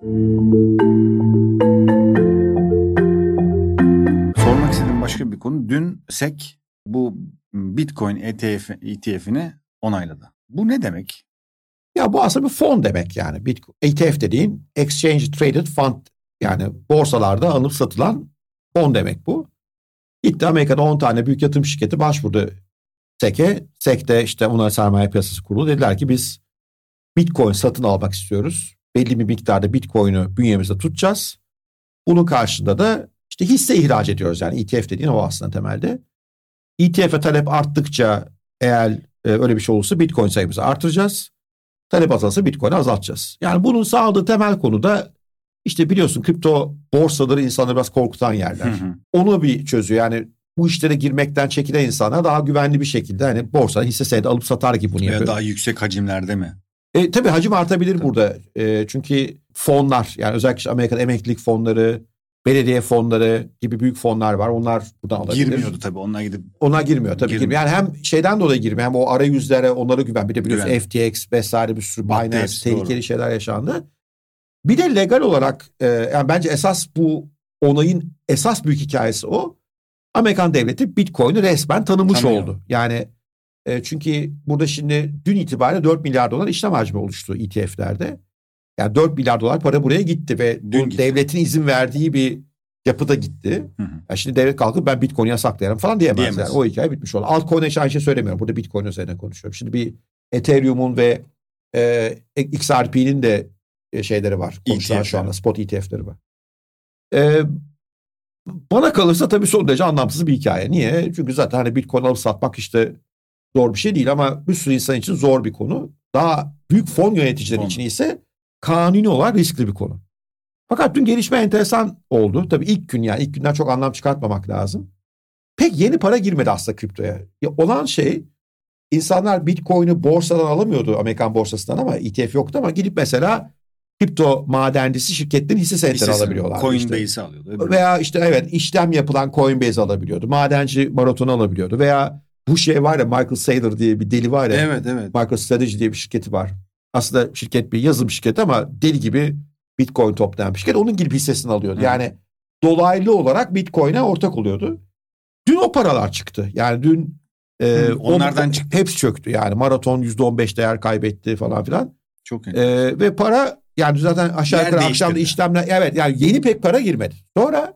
Sormak istediğim başka bir konu. Dün SEC bu Bitcoin ETF'ini onayladı. Bu ne demek? Ya bu aslında bir fon demek yani. Bitcoin, ETF dediğin Exchange Traded Fund, yani borsalarda alınıp satılan fon demek bu. Gitti Amerika'da 10 tane büyük yatırım şirketi başvurdu SEC'e. SEC de işte onlar sermaye piyasası kurulu. Dediler ki biz Bitcoin satın almak istiyoruz. Belli bir miktarda Bitcoin'i bünyemizde tutacağız. Bunun karşılığında da işte hisse ihraç ediyoruz. Yani ETF dediğin o aslında temelde. ETF'e talep arttıkça eğer öyle bir şey olursa Bitcoin sayımızı artıracağız. Talep azalsa Bitcoin'i azaltacağız. Yani bunun sağladığı temel konu da işte biliyorsun kripto borsaları insanları biraz korkutan yerler. Onu bir çözüyor. Yani bu işlere girmekten çekinen insana daha güvenli bir şekilde hani borsa hisse senedi alıp satar gibi bunu yapıyor. Daha yüksek hacimlerde mi? Tabii hacim artabilir burada. Çünkü fonlar, yani özellikle Amerika'da emeklilik fonları, belediye fonları gibi büyük fonlar var. Onlar buradan alabilir. Girmiyordu tabii. Onlar girmiyor tabii. Girmiyor. Yani hem şeyden dolayı girmiyor, hem o arayüzlere onlara güven. Bir de biliyorsun FTX vesaire bir sürü Binance tehlikeli şeyler yaşandı. Bir de legal olarak yani bence esas bu onayın esas büyük hikayesi o. Amerikan devleti Bitcoin'i resmen tanımış oldu. Yani çünkü burada şimdi dün itibariyle 4 milyar dolar işlem hacmi oluştu ETF'lerde. Yani 4 milyar dolar para buraya gitti ve devletin izin verdiği bir yapıda gitti. Yani şimdi devlet kalkıp ben Bitcoin'i yasaklayarım falan diyemez. Yani o hikaye bitmiş oldu. Altcoin'e hiç aynı şey söylemiyorum. Burada Bitcoin üzerine konuşuyorum. Şimdi bir Ethereum'un ve XRP'nin de şeyleri var. Konuşulan şu anda spot ETF'leri var. Bana kalırsa tabii son derece anlamsız bir hikaye. Niye? Çünkü zaten hani Bitcoin alıp satmak işte zor bir şey değil ama bir sürü insan için zor bir konu. Daha büyük fon yöneticileri için ise kanuni olarak riskli bir konu. Fakat dün gelişme enteresan oldu. Tabii ilk günden çok anlam çıkartmamak lazım. Pek yeni para girmedi aslında kriptoya. Olan şey, insanlar Bitcoin'i borsadan alamıyordu, Amerikan borsasından, ama ETF yoktu, ama gidip mesela kripto madencisi şirketlerin hisse senetleri alabiliyorlar. Coinbase'i alıyordu. Veya işte işlem yapılan Coinbase alabiliyordu. Madenci Marathon alabiliyordu. Veya bu şey var ya, Michael Saylor diye bir deli var ya. Evet. MicroStrategy diye bir şirketi var. Aslında şirket bir yazılım şirketi ama deli gibi Bitcoin toplayan bir şirket. Onun gibi hissesini alıyordu. Yani dolaylı olarak Bitcoin'e ortak oluyordu. Dün o paralar çıktı. Yani dün onlardan çıktı. Hepsi çöktü. Yani Marathon %15 değer kaybetti falan filan. Çok ve para yani zaten aşağı yukarı akşamda işlemler, evet, yani yeni pek para girmedi. Sonra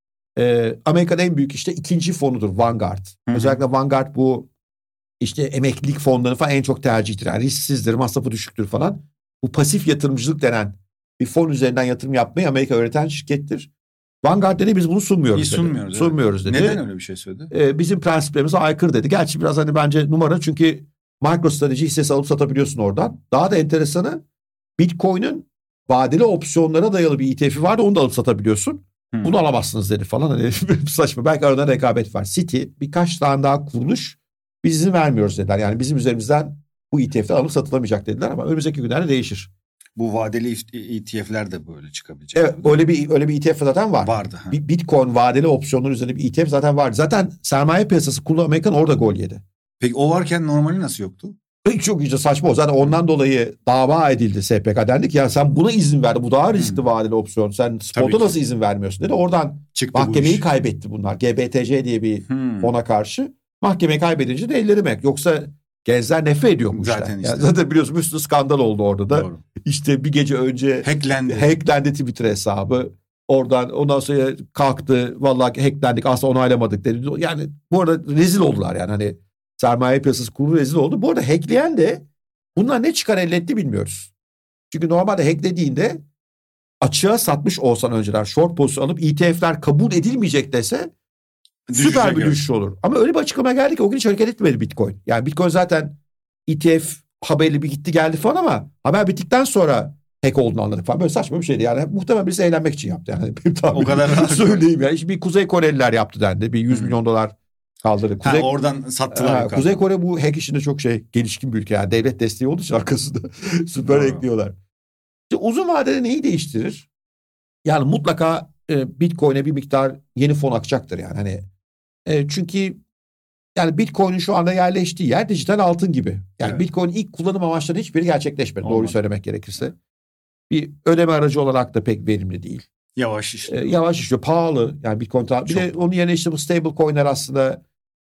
Amerika'da en büyük işte ikinci fonudur Vanguard. Özellikle Vanguard bu işte emeklilik fonları falan en çok tercihtir. Yani risksizdir, masrafı düşüktür falan. Bu pasif yatırımcılık denen bir fon üzerinden yatırım yapmayı Amerika öğreten şirkettir. Vanguard dedi biz bunu sunmuyoruz dedi. Sunmuyoruz dedi. Neden öyle bir şey söyledi? Bizim prensiplerimize aykırı dedi. Gerçi biraz hani bence numara, çünkü MicroStrategy hissesi alıp satabiliyorsun oradan. Daha da enteresanı, Bitcoin'in vadeli opsiyonlara dayalı bir ETF'i vardı, onu da alıp satabiliyorsun. Bunu alamazsınız dedi falan. Hani saçma. Belki arada rekabet var. Citi birkaç tane daha kuruluş biz izin vermiyoruz dediler. Yani bizim üzerimizden bu ETF'ler alıp satılamayacak dediler, ama önümüzdeki günlerde değişir. Bu vadeli ETF'ler de böyle çıkabilecek. Evet, öyle bir ETF zaten var. Vardı. Bitcoin vadeli opsiyonlar üzerine bir ETF zaten vardı. Zaten sermaye piyasası kurulu Amerikan orada gol yedi. Peki o varken normali nasıl yoktu? Çok iyice saçma o. Zaten ondan dolayı dava edildi SPK. Dendi ki ya sen buna izin ver. Bu daha riskli vadeli opsiyon. Sen spot'a nasıl izin vermiyorsun dedi. Oradan çıktı, mahkemeyi kaybetti bunlar. GBTC diye bir fona karşı. Mahkemeyi kaybedince de elleri mek. Yoksa gençler nefret ediyor bu işten. Zaten, yani zaten biliyorsun bir sürü skandal oldu orada da. Doğru. İşte bir gece önce hacklendi Twitter hesabı. Oradan ondan sonra kalktı. Vallahi hacklendik, aslında onaylamadık dedi. Yani bu arada rezil oldular yani, hani sermaye piyasası kurulu rezil oldu. Bu arada hackleyen de bunlar ne çıkar elde etti bilmiyoruz. Çünkü normalde hacklediğinde açığa satmış olsan önceden short pozisyon alıp ETF'ler kabul edilmeyecek dese süper bir düşüş olur. Ama öyle bir açıklama geldi ki o gün hiç hareket etmedi Bitcoin. Yani Bitcoin zaten ETF haberi bir gitti geldi falan, ama haber bittikten sonra hack olduğunu anladık falan. Böyle saçma bir şeydi. Yani muhtemelen birisi eğlenmek için yaptı. Yani o kadar söyleyeyim yani. İşte bir Kuzey Koreliler yaptı dendi. Bir 100 milyon dolar kaldırdı. Oradan sattılar. Kuzey Kore bu hack işinde çok gelişkin bir ülke. Yani devlet desteği olduğu için arkasında süper ekliyorlar. İşte uzun vadede neyi değiştirir? Yani mutlaka Bitcoin'e bir miktar yeni fon akacaktır yani. Hani çünkü yani Bitcoin'in şu anda yerleştiği yer dijital altın gibi. Yani Bitcoin'in ilk kullanım amaçlarının hiçbiri gerçekleşmedi. Doğruyu söylemek gerekirse. bir ödeme aracı olarak da pek verimli değil. Yavaş işliyor. Yavaş işliyor. Pahalı. Yani Bitcoin bir de onun yerine işte bu stable coin'ler aslında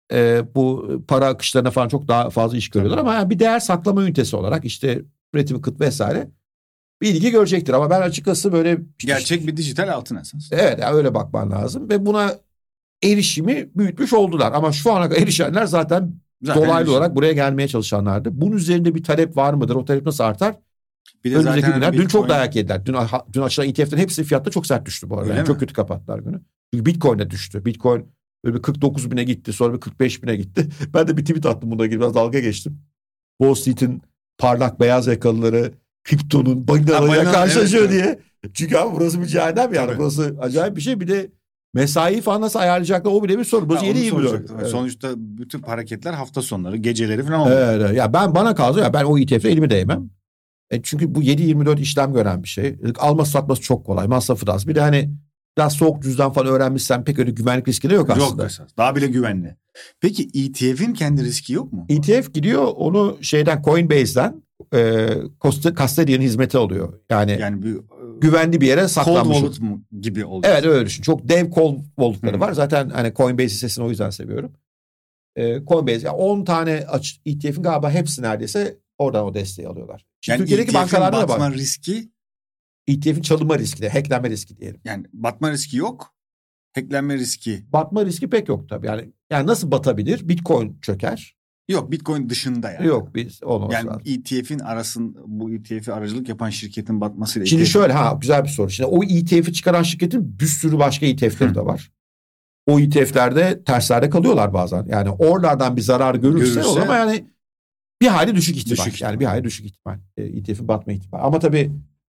bu para akışlarına falan çok daha fazla iş görüyorlar. Ama yani bir değer saklama ünitesi olarak işte üretim kıt vesaire bir ilgi görecektir. Ama ben açıkçası böyle... Gerçek bir dijital altın esas. Evet, yani öyle bakman lazım. Ve buna erişimi büyütmüş oldular. Ama şu ana kadar erişenler zaten dolaylı olarak buraya gelmeye çalışanlardı. Bunun üzerinde bir talep var mıdır? O talep nasıl artar? Bir de önümüzdeki zaten günler dün çok dayak yediler. Dün açılan ETF'lerin hepsi fiyatta çok sert düştü bu arada. Yani çok kötü kapattılar günü. Çünkü Bitcoin de düştü. Bitcoin böyle bir 49 bine gitti. Sonra bir 45 bine gitti. Ben de bir tweet attım buna ilgili. Biraz dalga geçtim. Wall Street'in parlak beyaz yakalıları kriptonun balinalarıyla karşılaşıyor diye. Çünkü abi burası bir cehennem yani. Burası acayip bir şey. Bir de mesai falan nasıl ayarlayacaklar o bile bir soru. Burası 7-24. Evet. Sonuçta bütün hareketler hafta sonları, geceleri falan oluyor. Evet. Ya bana kaldı ya ben o ETF'e elimi değmem. Çünkü bu 7-24 işlem gören bir şey. Alması satması çok kolay. Masrafı da az. Bir de hani biraz soğuk cüzdan falan öğrenmişsen pek öyle güvenlik riski de yok aslında. Yok esas. Daha bile güvenli. Peki ETF'in kendi riski yok mu? ETF gidiyor onu Coinbase'den custodian hizmeti alıyor. Yani bir güvenli bir yere saklanmış. Cold wallet gibi oluyor. Evet öyle düşün. Çok dev cold wallet'ları var. Zaten hani Coinbase hissesini o yüzden seviyorum. Coinbase 10 tane ETF'in galiba hepsi neredeyse oradan o desteği alıyorlar. Şimdi yani Türkiye'deki bankalarda da var. batma riski, ETF'in çalınma riski de, hacklenme riski diyelim. Yani batma riski yok, hacklenme riski. Batma riski pek yok tabii. Yani nasıl batabilir? Bitcoin çöker. Yok, Bitcoin dışında yani. Yok biz olmaz. Yani ETF'in bu ETF'i aracılık yapan şirketin batmasıyla. Şimdi şöyle güzel bir soru. Şimdi o ETF'i çıkaran şirketin bir sürü başka ETF'leri de var. O ETF'lerde terslerde kalıyorlar bazen. Yani oralardan bir zarar görürse o zaman yani bir hayli düşük ihtimal. Yani bir hayli düşük ihtimal. ETF'in batma ihtimali. Ama tabii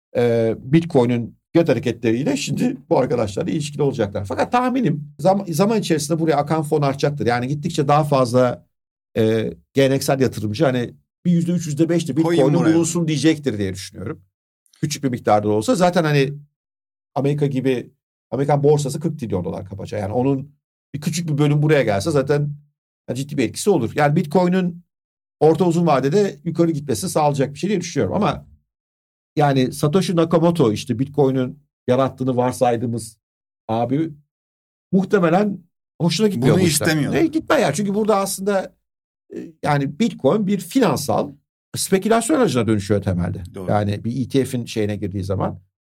Bitcoin'in fiyat hareketleriyle şimdi bu arkadaşlarla ilişkili olacaklar. Fakat tahminim zaman içerisinde buraya akan fon artacaktır. Yani gittikçe daha fazla geleneksel yatırımcı hani bir %3, %5'te Bitcoin'in bulunsun diyecektir diye düşünüyorum. Küçük bir miktarda olsa zaten hani Amerikan borsası 40 trilyon dolar kabaca. Yani onun bir küçük bir bölüm buraya gelse zaten ciddi bir etkisi olur. Yani Bitcoin'in orta uzun vadede yukarı gitmesi sağlayacak bir şey diye düşünüyorum. Ama yani Satoshi Nakamoto işte Bitcoin'in yarattığını varsaydığımız abi muhtemelen hoşuna gitmiyor. Bunu istemiyor. Gitme ya. Çünkü burada aslında yani Bitcoin bir finansal spekülasyon aracına dönüşüyor temelde. Doğru. Yani bir ETF'in şeyine girdiği zaman.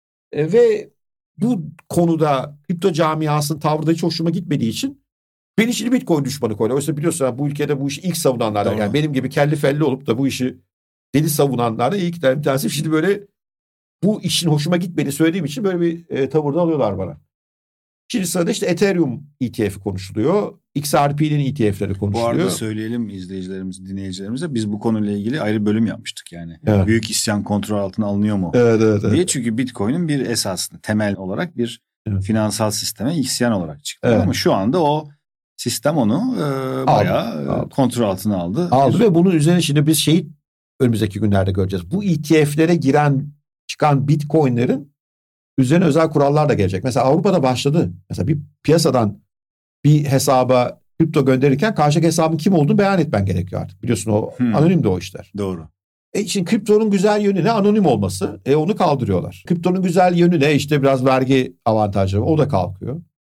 Ve bu konuda kripto camiasının tavrı da hiç hoşuma gitmediği için beni şimdi Bitcoin düşmanı koyuyor. Oysa biliyorsun bu ülkede bu işi ilk savunanlardan yani benim gibi kelli felli olup da bu işi deli savunanlardan ilk bir tanesi şimdi böyle bu işin hoşuma gitmediğini söylediğim için böyle bir tavırda alıyorlar bana. Şimdi sırada işte Ethereum ETF'i konuşuluyor. XRP'nin ETF'leri konuşuluyor. Bu arada söyleyelim izleyicilerimize, dinleyicilerimize biz bu konuyla ilgili ayrı bölüm yapmıştık yani. Evet. Büyük isyan kontrol altına alınıyor mu? Evet. Diye çünkü Bitcoin'in bir esasında temel olarak bir finansal sisteme isyan olarak çıktı. Evet. Ama şu anda o sistem onu bayağı kontrol altına aldı. Ve bunun üzerine şimdi biz önümüzdeki günlerde göreceğiz. Bu ETF'lere çıkan Bitcoin'lerin üzerine özel kurallar da gelecek. Mesela Avrupa'da başladı. Mesela bir piyasadan bir hesaba kripto gönderirken karşıdaki hesabın kim olduğunu beyan etmen gerekiyor artık. Biliyorsun o anonim de o işler. Doğru. Şimdi kriptonun güzel yönü ne? Anonim olması. Onu kaldırıyorlar. Kriptonun güzel yönü ne? İşte biraz vergi avantajları. O da kalkıyor.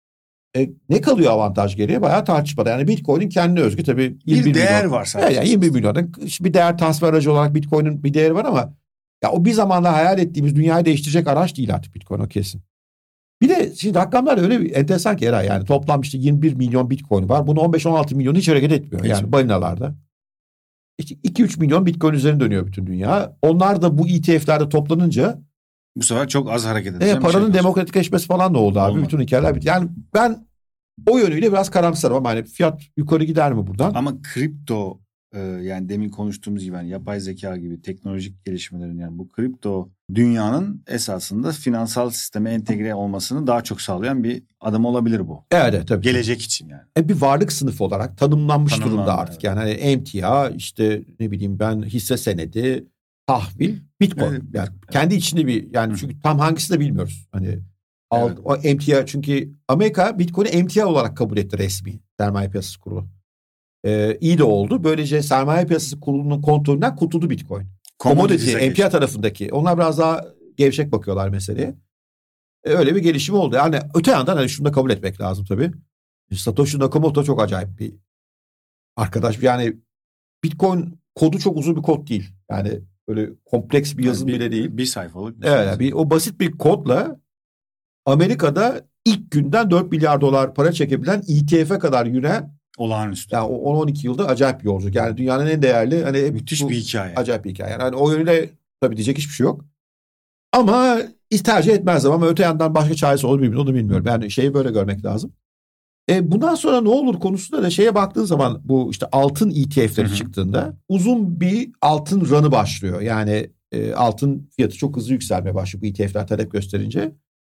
Ne kalıyor avantaj geriye? Bayağı tartışmada. Yani Bitcoin'in kendine özgü tabii. Bir değer var sadece. Yani 21 milyonun bir değer tasvir aracı olarak Bitcoin'in bir değeri var ama ya o bir zamanlar hayal ettiğimiz dünyayı değiştirecek araç değil artık Bitcoin o kesin. Bir de şimdi rakamlar öyle bir enteresan ki Eray yani toplam işte 21 milyon Bitcoin var. Bunu 15-16 milyon hiç hareket etmiyor. Yani balinalarda. İşte 2-3 milyon Bitcoin üzerine dönüyor bütün dünya. Onlar da bu ETF'lerde toplanınca bu sefer çok az hareket edecek. Paranın demokratikleşmesi falan da oldu abi. Olmadı. Bütün hikayeler bitti. Yani ben o yönüyle biraz karamsarım ama hani fiyat yukarı gider mi buradan? Ama kripto yani demin konuştuğumuz gibi yani yapay zeka gibi teknolojik gelişmelerin yani bu kripto dünyanın esasında finansal sisteme entegre olmasını daha çok sağlayan bir adım olabilir bu. Evet tabii. Gelecek için yani. Bir varlık sınıfı olarak tanımlanmış durumda artık. Evet. Yani hani emtia işte ne bileyim ben hisse senedi, tahvil, Bitcoin. Evet, yani kendi içinde bir yani çünkü tam hangisini de bilmiyoruz. Hani o emtia çünkü Amerika Bitcoin'i emtia olarak kabul etti resmi sermaye piyasası kurulu. İyi de oldu. Böylece sermaye piyasası kurulunun kontrolünden kurtuldu Bitcoin. Commodity, emtia tarafındaki. Onlar biraz daha gevşek bakıyorlar meseleye. Öyle bir gelişim oldu. Yani öte yandan hani şunu da kabul etmek lazım tabii. Satoshi Nakamoto çok acayip bir arkadaş. Yani Bitcoin kodu çok uzun bir kod değil. Yani böyle kompleks bir yazım bile değil. Bir sayfalık. Evet, o basit bir kodla Amerika'da ilk günden 4 milyar dolar para çekebilen ETF'e kadar yürüyen olağanüstü. Yani 10-12 yılda acayip bir yolculuk. Yani dünyanın en değerli hani müthiş bir hikaye. Acayip bir hikaye. Yani o yönüyle tabii diyecek hiçbir şey yok. Ama tercih etmezdim ama öte yandan başka çaresi olur mu onu bilmiyorum. Yani şeyi böyle görmek lazım. Bundan sonra ne olur konusunda da şeye baktığın zaman bu işte altın ETF'leri çıktığında uzun bir altın run'ı başlıyor. Yani altın fiyatı çok hızlı yükselmeye başlıyor bu ETF'ler talep gösterince.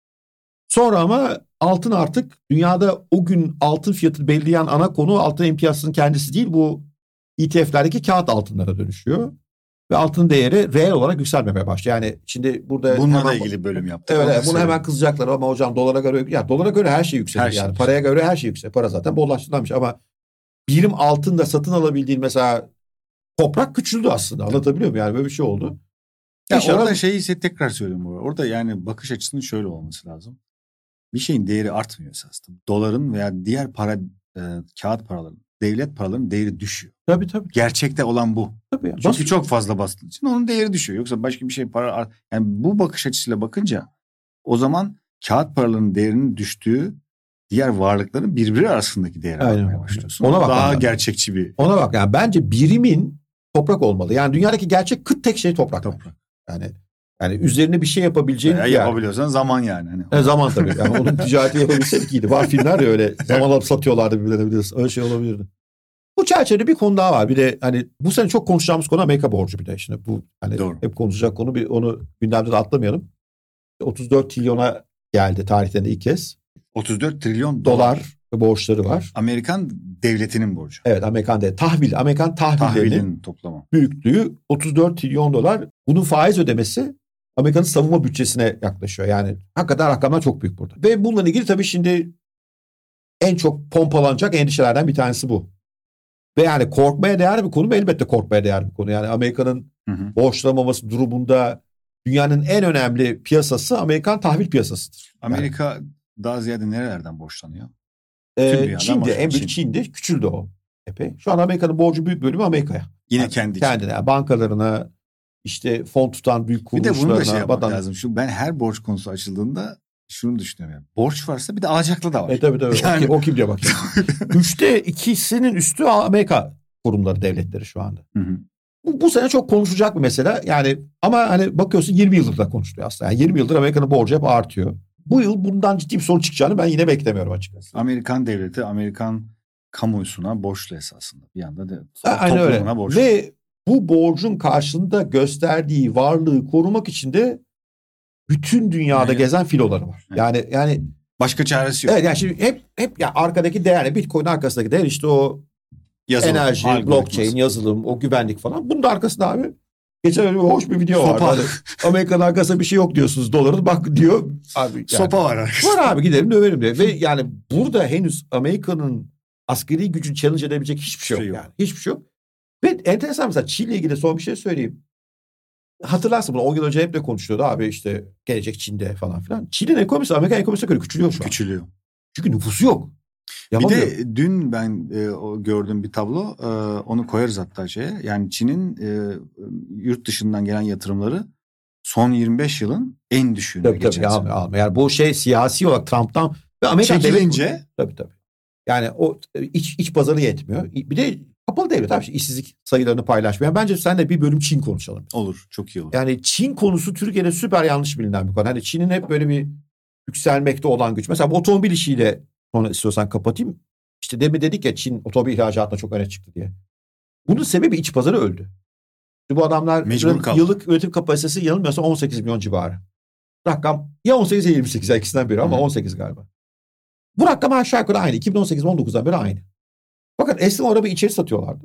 Sonra ama altın artık dünyada o gün altın fiyatını belirleyen ana konu altın empiasının kendisi değil, bu ETF'lerdeki kağıt altınlara dönüşüyor. Ve altın değeri reel olarak yükselmemeye başlıyor. Yani şimdi burada... Bununla ilgili bölüm yaptık. Evet, bunu hemen kızacaklar ama hocam dolara göre... Ya dolara göre her şey yükseliyor. Yani paraya göre her şey yükseliyor. Para zaten bollaştırılmış ama birim altında satın alabildiğin mesela toprak küçüldü aslında. Anlatabiliyor muyum? Yani böyle bir şey oldu. Ya orada tekrar söylüyorum. Orada yani bakış açısının şöyle olması lazım. Bir şeyin değeri artmıyor esasında. Doların veya diğer kağıt paraların, devlet paralarının değeri düşüyor. Tabii. Gerçekte olan bu. Tabii. Çünkü çok fazla bastığı için onun değeri düşüyor. Yoksa başka bir şey yani bu bakış açısıyla bakınca o zaman kağıt paralarının değerinin düştüğü diğer varlıkların birbiri arasındaki değeri artmaya başlıyorsun. Ona bak daha gerçekçi bir. Ona bak yani bence birimin toprak olmalı. Yani dünyadaki gerçek tek şey toprak. Yani üzerine bir şey yapabileceğin bir yer. Yapabiliyorsan zaman yani. Hani. Zaman tabii. Yani onun ticareti yapabilseydik iyiydi. Var filmler ya öyle zaman alıp satıyorlardı birbirlerine, biliyorsun. Öyle şey olabilirdi. Bu çerçevede bir konu daha var. Bir de hani bu sene çok konuşacağımız konu Amerika borcu bir de. Şimdi bu hani doğru. Hep konuşacak konu, bir onu gündemde de atlamayalım. 34 trilyona geldi tarihten ilk kez. 34 trilyon dolar borçları var. Amerikan devletinin borcu. Evet, Amerikan devleti. Amerikan tahvillerinin toplamı. Büyüklüğü 34 trilyon dolar. Bunun faiz ödemesi Amerika'nın savunma bütçesine yaklaşıyor. Yani hakikaten rakamlar çok büyük burada. Ve bununla ilgili tabii şimdi en çok pompalanacak endişelerden bir tanesi bu. Ve yani korkmaya değer bir konu mu? Elbette korkmaya değer bir konu. Yani Amerika'nın borçlanmaması durumunda dünyanın en önemli piyasası Amerikan tahvil piyasasıdır. Amerika daha ziyade nerelerden borçlanıyor? Çin'de, en büyük Çin'de, küçüldü o epey. Şu an Amerika'nın borcu büyük bölümü Amerika'ya. Yine yani kendine, yani bankalarına, işte fon tutan büyük kuruluşlarına. Bir de bunu da şey yapmak lazım. Ben her borç konusu açıldığında şunu düşünüyorum. Yani. Borç varsa bir de alacaklı da var. Tabii. Yani... O kim diye bak. 3'te 2'sinin üstü Amerika kurumları, devletleri şu anda. Bu sene çok konuşacak bir mesele. Yani ama hani bakıyorsun 20 yıldır da konuşuluyor aslında. Yani 20 yıldır Amerika'nın borcu hep artıyor. Bu yıl bundan ciddi bir sorun çıkacağını ben yine beklemiyorum açıkçası. Amerikan devleti, Amerikan kamuoyusuna borçlu esasında. Bir yanda da toplumuna borçlu. Ve bu borcun karşılığında gösterdiği varlığı korumak için de bütün dünyada gezen filoları var. Evet. Yani başka çaresi yok. Evet, yani şimdi hep ya arkadaki değer, Bitcoin arkasındaki değer işte o yazılım, enerji, blockchain, yazılım, o güvenlik falan. Bunun da arkasında abi geçen öyle hoş bir video var. Hani Amerika'nın arkasında bir şey yok diyorsunuz, doların bak diyor. Abi, yani, sopa var arkasında. Var abi, gidelim dövelim diyor. Ve yani burada henüz Amerika'nın askeri gücünü challenge edebilecek hiçbir şey yok. Yani. Hiçbir şey yok. Ve enteresan, mesela Çin'le ilgili son bir şey söyleyeyim. Hatırlarsın bunu, 10 yıl önce hep de konuşuyordu abi, işte gelecek Çin'de falan filan. Çin'in ekonomisi Amerikan ekonomisine göre küçülüyor şu an. Küçülüyor. Çünkü nüfusu yok. Yapamıyor. Bir de dün ben gördüğüm bir tablo, onu koyarız hatta şeye. Yani Çin'in yurt dışından gelen yatırımları son 25 yılın en düşüğünde geçen sene. Yani bu şey siyasi olarak Trump'tan ve Amerikan çekilince. Tabii. Yani o iç pazarı yetmiyor. Bir de kapalı devlet abi, işsizlik sayılarını paylaşmıyor. Bence sen de bir bölüm Çin konuşalım. Olur, çok iyi olur. Yani Çin konusu Türkiye'de süper yanlış bilinen bir konu. Hani Çin'in hep böyle bir yükselmekte olan güç. Mesela bu otomobil işiyle sonra istiyorsan kapatayım. İşte demin dedik ya, Çin otomobil ihracatına çok öne çıktı diye. Bunun sebebi iç pazarı öldü. Bu adamlar yıllık üretim kapasitesi yanılmıyorsam 18 milyon civarı. Rakam ya 18 ya 28, ikisinden biri ama 18 galiba. Bu rakam aşağı yukarı aynı. 2018-19'dan beri aynı. Fakat eskiden o arabayı içeri satıyorlardı.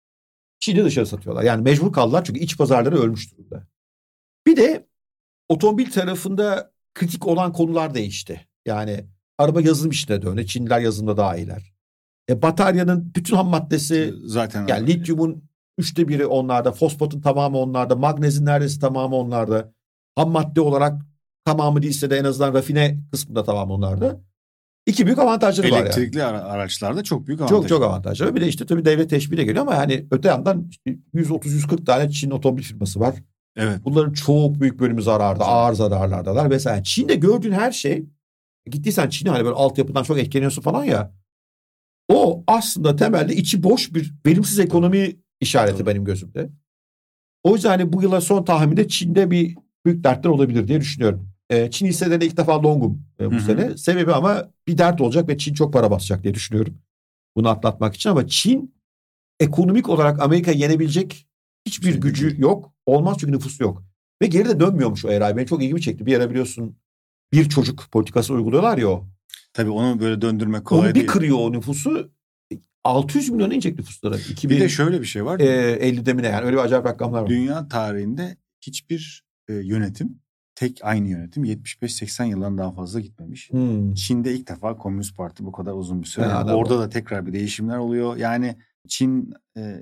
Çin'de dışarı satıyorlar. Yani mecbur kaldılar çünkü iç pazarları ölmüş durumda. Bir de otomobil tarafında kritik olan konular değişti. Yani araba yazılım işine döndü. Çinliler yazılımda daha iyiler. Bataryanın bütün ham maddesi zaten yani lityumun 1/3 onlarda, fosfatın tamamı onlarda, magnezin neredeyse tamamı onlarda. ham madde olarak tamamı değilse de en azından rafine kısmında tamam onlarda. İki büyük avantajları var yani. Elektrikli araçlarda çok büyük avantajları. Çok avantajları. Bir de işte tabii devlet teşviği geliyor ama yani öte yandan işte 130-140 tane Çin otomobil firması var. Evet. Bunların çok büyük bölümü zararda, ağır zararlardalar vesaire. Çin'de gördüğün her şey, gittiysen Çin'e hani böyle altyapıdan çok etkileniyorsun falan ya. O aslında temelde içi boş bir verimsiz ekonomi işareti benim gözümde. O yüzden hani bu yıla son tahminde Çin'de bir büyük dertler olabilir diye düşünüyorum. Çin hisselerinde ilk defa longum bu sene. Sebebi ama bir dert olacak ve Çin çok para basacak diye düşünüyorum. Bunu atlatmak için ama Çin ekonomik olarak Amerika'yı yenebilecek hiçbir gücü yok. Olmaz çünkü nüfusu yok. Ve geri de dönmüyormuş o eray. Beni çok ilgimi çekti. Bir ara biliyorsun bir çocuk politikası uyguluyorlar ya o. Tabii onu böyle döndürmek kolay değil. Onu bir kırıyor o nüfusu. 600 milyona inecek nüfuslara. Bir de şöyle bir şey var. 50'de mi ne yani öyle bir acayip rakamlar var. Dünya tarihinde hiçbir yönetim aynı yönetim 75-80 yıldan daha fazla gitmemiş. Çin'de ilk defa Komünist Parti bu kadar uzun bir süre. Yani orada da tekrar bir değişimler oluyor. Yani Çin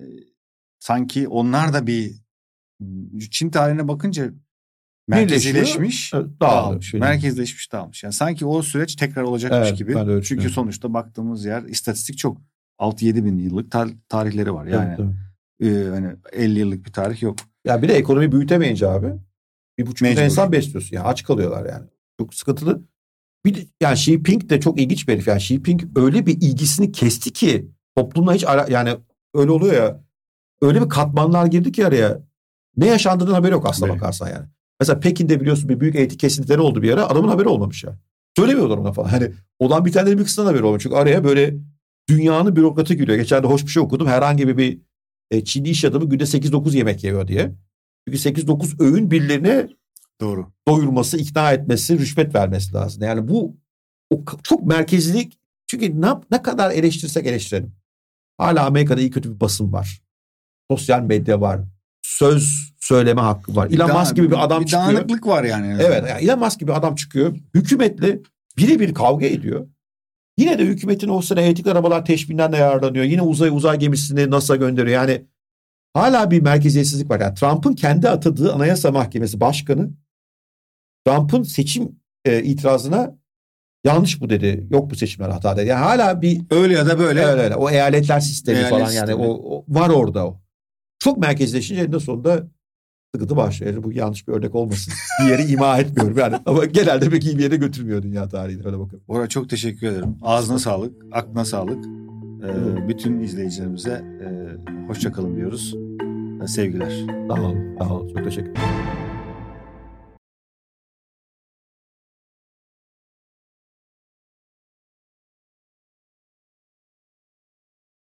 sanki onlar da Çin tarihine bakınca merkezileşmiş, dağılmış. Merkezleşmiş, dağılmış. Yani sanki o süreç tekrar olacakmış gibi. Çünkü sonuçta baktığımız yer istatistik çok 6-7 bin yıllık tarihleri var. Yani hani 50 yıllık bir tarih yok. Ya bir de ekonomi büyütemeyince abi 1,5 milyon insan besliyorsun. Yani aç kalıyorlar yani. Çok sıkıntılı. Bir de, yani Xi Jinping de çok ilginç bir herif. Yani Xi Jinping öyle bir ilgisini kesti ki toplumla hiç yani öyle oluyor ya. Öyle bir katmanlar girdi ki araya. Ne yaşandığının haberi yok aslına bakarsan yani. Mesela Pekin'de biliyorsun bir büyük eğitim kesintileri oldu bir ara. Adamın haberi olmamış ya. Söylemiyorlar ona falan. Hani olan bir tane bir kısmından haberi olmuş. Çünkü araya böyle dünyanın bürokratı giriyor. Geçen de hoş bir şey okudum. Herhangi bir Çinli iş adamı günde 8-9 yemek yiyor diye. Çünkü 8-9 öğün birilerine doyurması, ikna etmesi, rüşvet vermesi lazım. Yani bu çok merkezlilik. Çünkü ne kadar eleştirsek eleştirelim. Hala Amerika'da iyi kötü bir basın var. Sosyal medya var. Söz söyleme hakkı var. Elon Musk gibi bir adam çıkıyor. Bir dağınıklık var yani. Evet. Yani Elon Musk gibi adam çıkıyor. Hükümetle birebir kavga ediyor. Yine de hükümetin o sıra elektrikli arabalar teşviğinden de yararlanıyor. Yine uzay gemisini NASA gönderiyor. Yani hala bir merkeziyetsizlik var. Yani Trump'ın kendi atadığı Anayasa Mahkemesi Başkanı Trump'ın seçim itirazına yanlış bu dedi. Yok bu seçimler hata dedi. Yani hala bir öyle ya da böyle. Öyle. O eyaletler sistemi falan yani o var orada o. Çok merkezleşince eninde sonunda sıkıntı başlıyor. Yani bu yanlış bir örnek olmasın. Bir yere ima etmiyorum yani. Ama genelde pek iyi bir yere götürmüyor dünya tarihinde. Öyle bakalım. Oraya çok teşekkür ederim. Ağzına sağlık, aklına sağlık. Bütün izleyicilerimize hoşça kalın diyoruz. Sevgiler. Sağ olun. Çok teşekkür ederim.